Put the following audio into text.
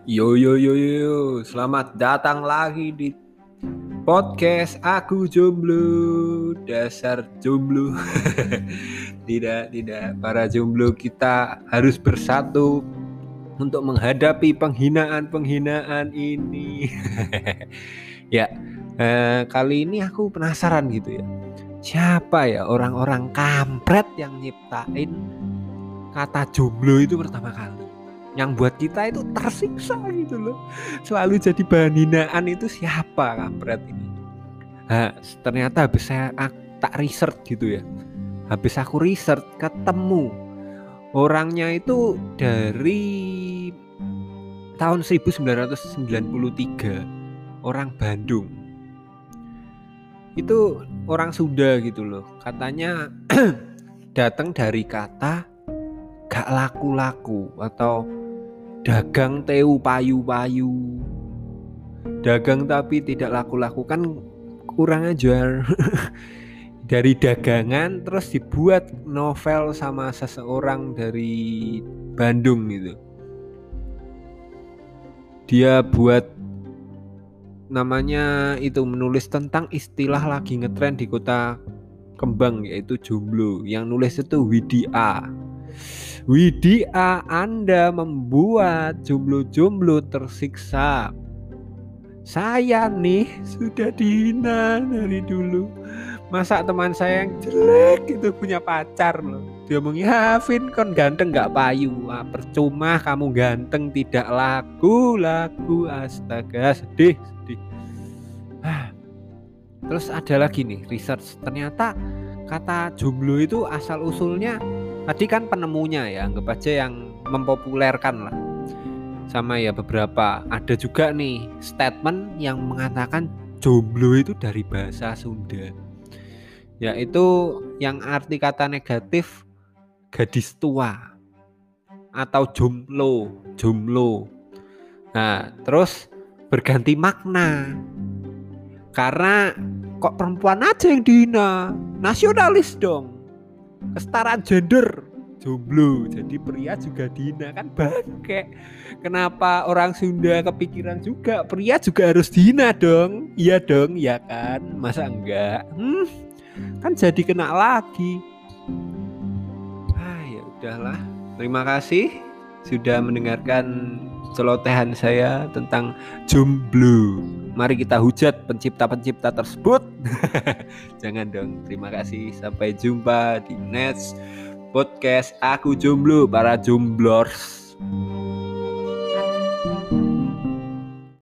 Yo yo yo yo, selamat datang lagi di podcast Aku Jomblo. Dasar jomblo. Tidak, para jomblo kita harus bersatu untuk menghadapi penghinaan-penghinaan ini. Ya, kali ini aku penasaran gitu ya. Siapa ya orang-orang kampret yang nyiptain kata jomblo itu pertama kali? Yang buat kita itu tersiksa gitu loh, selalu jadi bahan hinaan itu siapa kampret ini. Ternyata habis tak research gitu ya, habis aku research ketemu orangnya itu dari tahun 1993, orang Bandung. Itu orang Sunda gitu loh, katanya datang dari kata gak laku-laku atau dagang teu payu-payu. Dagang tapi tidak laku-laku kan kurang ajar. Dari dagangan terus dibuat novel sama seseorang dari Bandung gitu. Dia buat namanya itu menulis tentang istilah lagi ngetren di kota Kembang, yaitu jomblo. Yang nulis itu Widya. Widya, Anda membuat jomblo-jomblo tersiksa. Saya nih sudah dihina dari dulu. Masa teman saya yang jelek itu punya pacar loh. Dia ngomong, ya Vin kon ganteng gak payu. Percuma kamu ganteng tidak laku. Astaga, sedih. Terus ada lagi nih research. Ternyata kata jomblo itu asal usulnya, tadi kan penemunya ya, anggap aja yang mempopulerkan lah. Sama ya beberapa, ada juga nih statement yang mengatakan jomblo itu dari bahasa Sunda, yaitu yang arti kata negatif gadis tua atau jomblo. Nah, terus berganti makna karena kok perempuan aja yang dihina, nasionalis dong, kesetaraan gender, jomblo jadi pria juga dihina, kan bangke. Kenapa orang Sunda kepikiran juga pria juga harus dihina dong? Iya dong, ya kan? Masa enggak? Kan jadi kena lagi. Ya udahlah. Terima kasih sudah mendengarkan celotehan saya tentang jomblo. Mari kita hujat pencipta-pencipta tersebut. Jangan dong. Terima kasih. Sampai jumpa di next podcast Aku Jomblo, para jomblors.